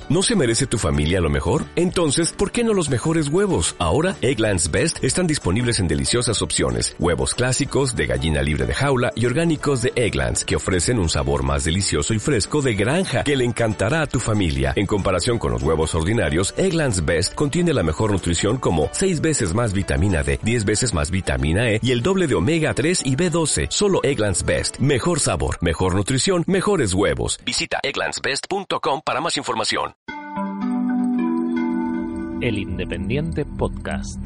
¿No se merece tu familia lo mejor? Entonces, ¿por qué no los mejores huevos? Ahora, Eggland's Best están disponibles en deliciosas opciones. Huevos clásicos, de gallina libre de jaula y orgánicos de Eggland's, que ofrecen un sabor más delicioso y fresco de granja que le encantará a tu familia. En comparación con los huevos ordinarios, Eggland's Best contiene la mejor nutrición como 6 veces más vitamina D, 10 veces más vitamina E y el doble de omega 3 y B12. Solo Eggland's Best. Mejor sabor, mejor nutrición, mejores huevos. Visita egglandsbest.com para más información. El Independiente Podcast.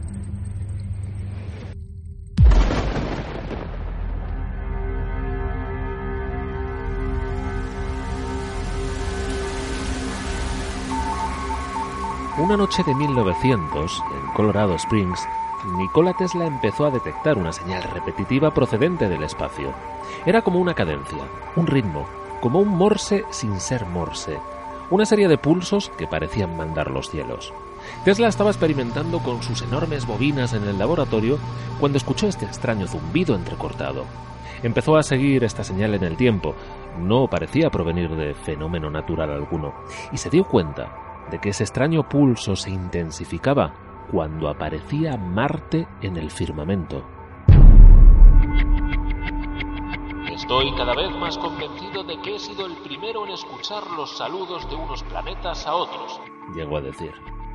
Una noche de 1900, en Colorado Springs, Nikola Tesla empezó a detectar una señal repetitiva procedente del espacio. Era como una cadencia, un ritmo, como un morse sin ser morse, una serie de pulsos que parecían mandar los cielos. Tesla estaba experimentando con sus enormes bobinas en el laboratorio cuando escuchó este extraño zumbido entrecortado. Empezó a seguir esta señal en el tiempo. No parecía provenir de fenómeno natural alguno, y se dio cuenta de que ese extraño pulso se intensificaba cuando aparecía Marte en el firmamento. Estoy cada vez más convencido de que he sido el primero en escuchar los saludos de unos planetas a otros, llegó a decir.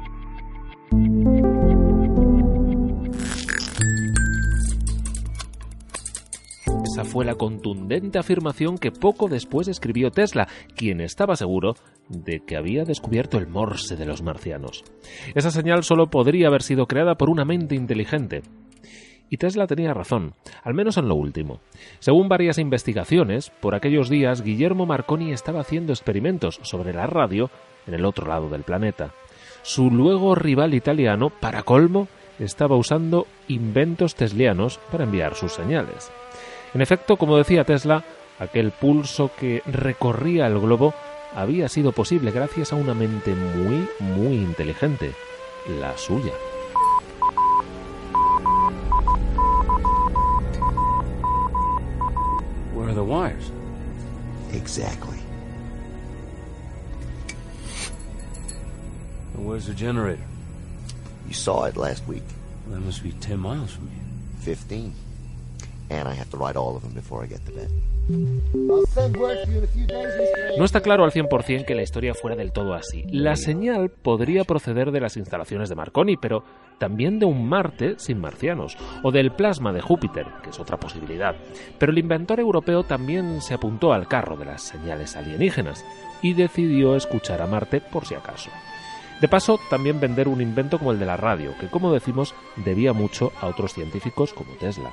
Esa fue la contundente afirmación que poco después escribió Tesla, quien estaba seguro de que había descubierto el morse de los marcianos. Esa señal solo podría haber sido creada por una mente inteligente. Y Tesla tenía razón, al menos en lo último. Según varias investigaciones, por aquellos días Guillermo Marconi estaba haciendo experimentos sobre la radio en el otro lado del planeta. Su luego rival italiano, para colmo, estaba usando inventos teslianos para enviar sus señales. En efecto, como decía Tesla, aquel pulso que recorría el globo había sido posible gracias a una mente muy, muy inteligente, la suya. Where are the wires? Exactly. And where's the generator? You saw it last week. Well, that must be 10 miles from here. 15. And I have to write all of them before I get to bed. No está claro al 100% que la historia fuera del todo así. La señal podría proceder de las instalaciones de Marconi, pero también de un Marte sin marcianos, o del plasma de Júpiter, que es otra posibilidad. Pero el inventor europeo también se apuntó al carro de las señales alienígenas y decidió escuchar a Marte por si acaso. De paso, también vender un invento como el de la radio, que como decimos, debía mucho a otros científicos como Tesla.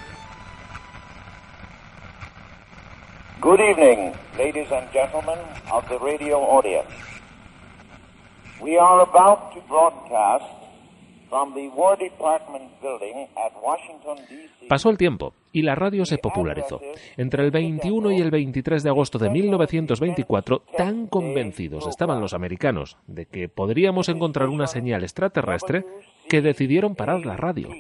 Good evening, ladies and gentlemen of the radio audience. We are about to broadcast from the War Department building at Washington, D.C. Pasó el tiempo y la radio se popularizó. Entre el 21 y el 23 de agosto de 1924, tan convencidos estaban los americanos de que podríamos encontrar una señal extraterrestre que decidieron parar la radio.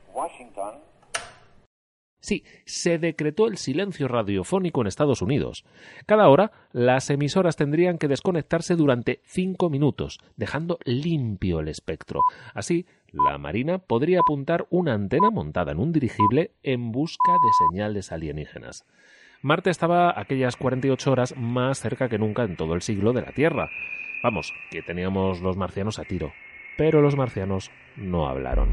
Sí, se decretó el silencio radiofónico en Estados Unidos. Cada hora, las emisoras tendrían que desconectarse durante 5 minutos, dejando limpio el espectro. Así, la Marina podría apuntar una antena montada en un dirigible en busca de señales alienígenas. Marte estaba aquellas 48 horas más cerca que nunca en todo el siglo de la Tierra. Vamos, que teníamos los marcianos a tiro. Pero los marcianos no hablaron.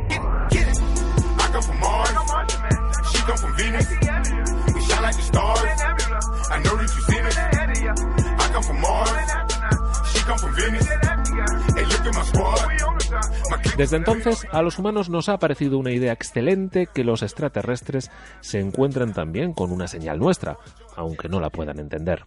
Desde entonces, a los humanos nos ha parecido una idea excelente que los extraterrestres se encuentren también con una señal nuestra, aunque no la puedan entender.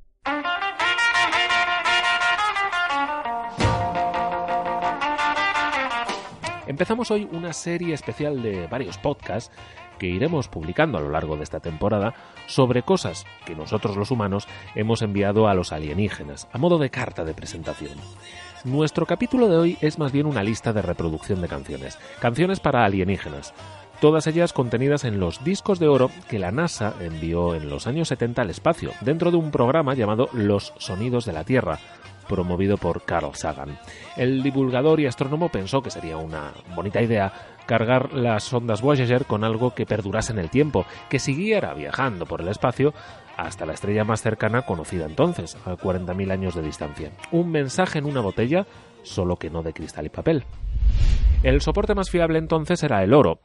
Empezamos hoy una serie especial de varios podcasts que iremos publicando a lo largo de esta temporada sobre cosas que nosotros los humanos hemos enviado a los alienígenas, a modo de carta de presentación. Nuestro capítulo de hoy es más bien una lista de reproducción de canciones para alienígenas, todas ellas contenidas en los discos de oro que la NASA envió en los años 70 al espacio, dentro de un programa llamado Los Sonidos de la Tierra, promovido por Carl Sagan. El divulgador y astrónomo pensó que sería una bonita idea cargar las sondas Voyager con algo que perdurase en el tiempo, que siguiera viajando por el espacio hasta la estrella más cercana conocida entonces, a 40.000 años de distancia. Un mensaje en una botella, solo que no de cristal y papel. El soporte más fiable entonces era el oro.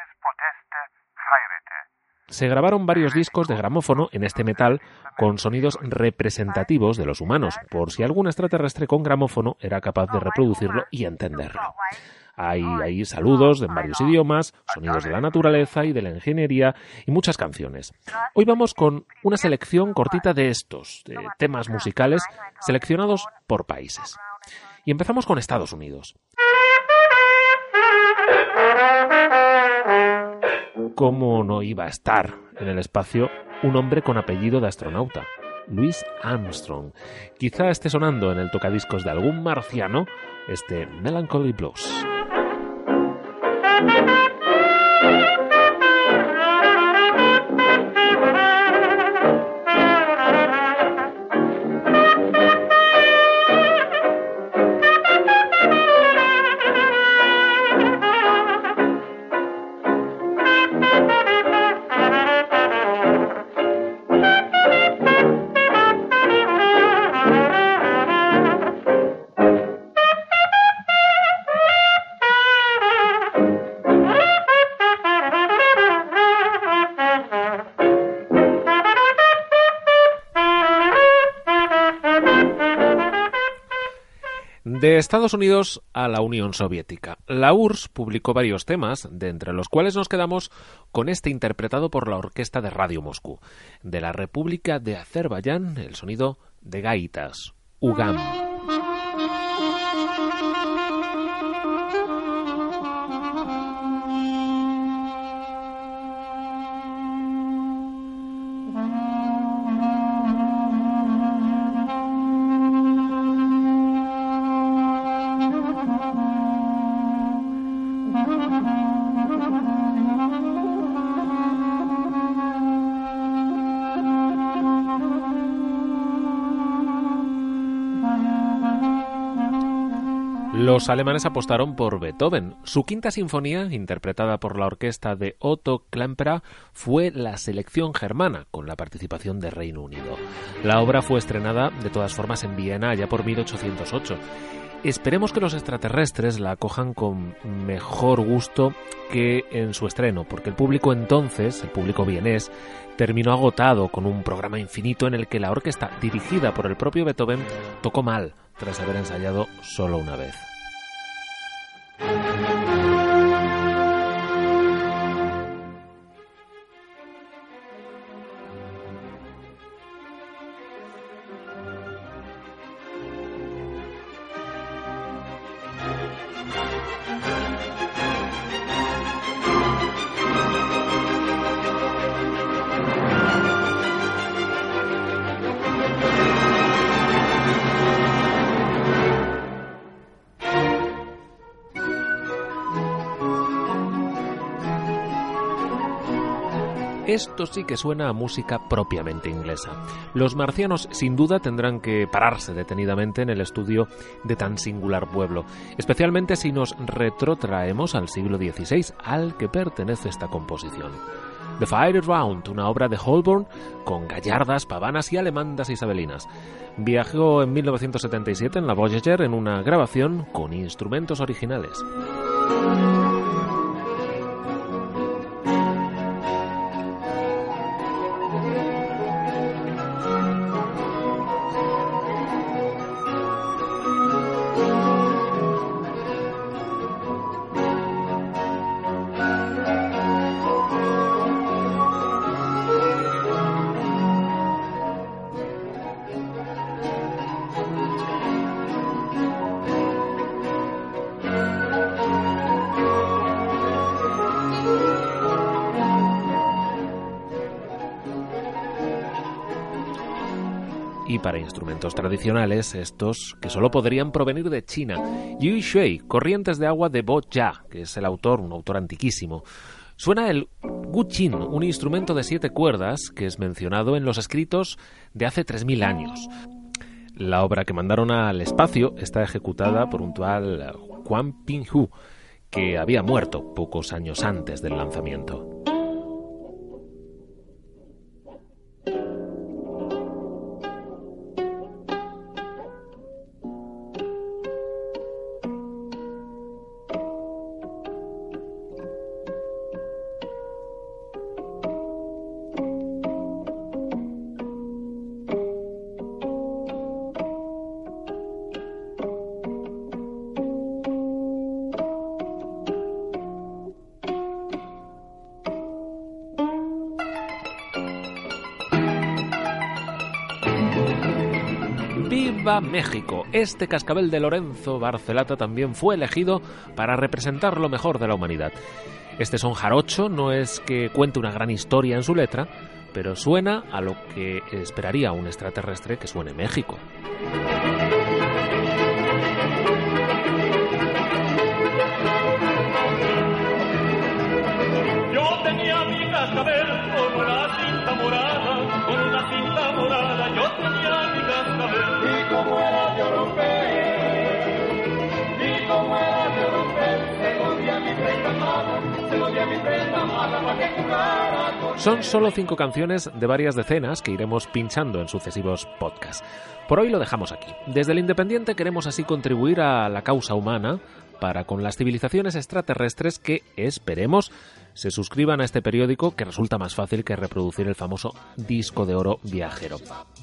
Se grabaron varios discos de gramófono en este metal con sonidos representativos de los humanos, por si algún extraterrestre con gramófono era capaz de reproducirlo y entenderlo. Hay saludos en varios idiomas, sonidos de la naturaleza y de la ingeniería y muchas canciones. Hoy vamos con una selección cortita de estos temas musicales seleccionados por países. Y empezamos con Estados Unidos. ¿Cómo no iba a estar en el espacio un hombre con apellido de astronauta? Louis Armstrong. Quizá esté sonando en el tocadiscos de algún marciano este Melancholy Blues. De Estados Unidos a la Unión Soviética. La URSS publicó varios temas, de entre los cuales nos quedamos con este interpretado por la Orquesta de Radio Moscú. De la República de Azerbaiyán, el sonido de gaitas, Ugam. Los alemanes apostaron por Beethoven. Su quinta sinfonía, interpretada por la orquesta de Otto Klemperer, fue la selección germana, con la participación de Reino Unido. La obra fue estrenada, de todas formas, en Viena allá por 1808. Esperemos que los extraterrestres la acojan con mejor gusto que en su estreno, porque el público entonces, el público vienés, terminó agotado con un programa infinito en el que la orquesta, dirigida por el propio Beethoven, tocó mal, tras haber ensayado solo una vez. Esto sí que suena a música propiamente inglesa. Los marcianos sin duda tendrán que pararse detenidamente en el estudio de tan singular pueblo, especialmente si nos retrotraemos al siglo XVI, al que pertenece esta composición. The Fire Round, una obra de Holborn con gallardas, pavanas y alemandas isabelinas. Viajó en 1977 en la Voyager en una grabación con instrumentos originales. Y para instrumentos tradicionales, estos que solo podrían provenir de China. Yu Shui, Corrientes de agua de Bo Jia, que es un autor antiquísimo. Suena el guqin, un instrumento de 7 cuerdas que es mencionado en los escritos de hace 3.000 años. La obra que mandaron al espacio está ejecutada por un tal Huang Pinghu, que había muerto pocos años antes del lanzamiento. ¡Viva México! Este cascabel de Lorenzo Barcelata también fue elegido para representar lo mejor de la humanidad. Este son jarocho no es que cuente una gran historia en su letra, pero suena a lo que esperaría un extraterrestre que suene México. Yo tenía mi cascabel como la cinta morada, con una cinta morada yo tenía mi cascabel. Y como era yo romper, y como era yo romper, se lo di a mi prenda amada, para que jugara con... Son solo 5 canciones de varias decenas que iremos pinchando en sucesivos podcasts. Por hoy lo dejamos aquí. Desde El Independiente queremos así contribuir a la causa humana para con las civilizaciones extraterrestres que, esperemos, se suscriban a este periódico que resulta más fácil que reproducir el famoso disco de oro viajero.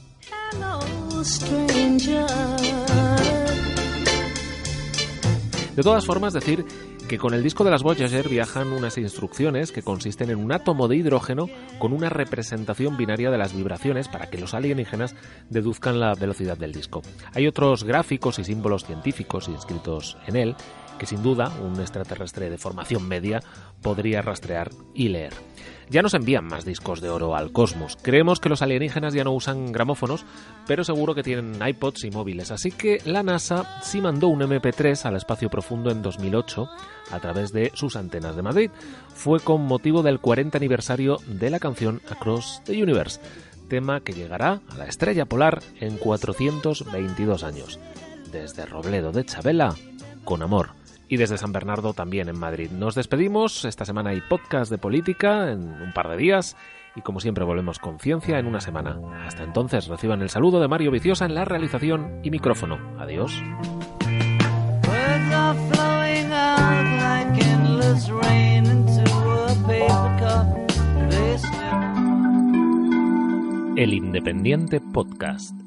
De todas formas, decir que con el disco de las Voyager viajan unas instrucciones que consisten en un átomo de hidrógeno con una representación binaria de las vibraciones para que los alienígenas deduzcan la velocidad del disco. Hay otros gráficos y símbolos científicos inscritos en él que sin duda un extraterrestre de formación media podría rastrear y leer. Ya nos envían más discos de oro al cosmos. Creemos que los alienígenas ya no usan gramófonos, pero seguro que tienen iPods y móviles. Así que la NASA sí mandó un MP3 al espacio profundo en 2008 a través de sus antenas de Madrid. Fue con motivo del 40 aniversario de la canción Across the Universe, tema que llegará a la estrella polar en 422 años. Desde Robledo de Chabela, con amor. Y desde San Bernardo también en Madrid. Nos despedimos. Esta semana hay podcast de política en un par de días. Y como siempre volvemos con ciencia en una semana. Hasta entonces reciban el saludo de Mario Viciosa en la realización y micrófono. Adiós. El Independiente Podcast.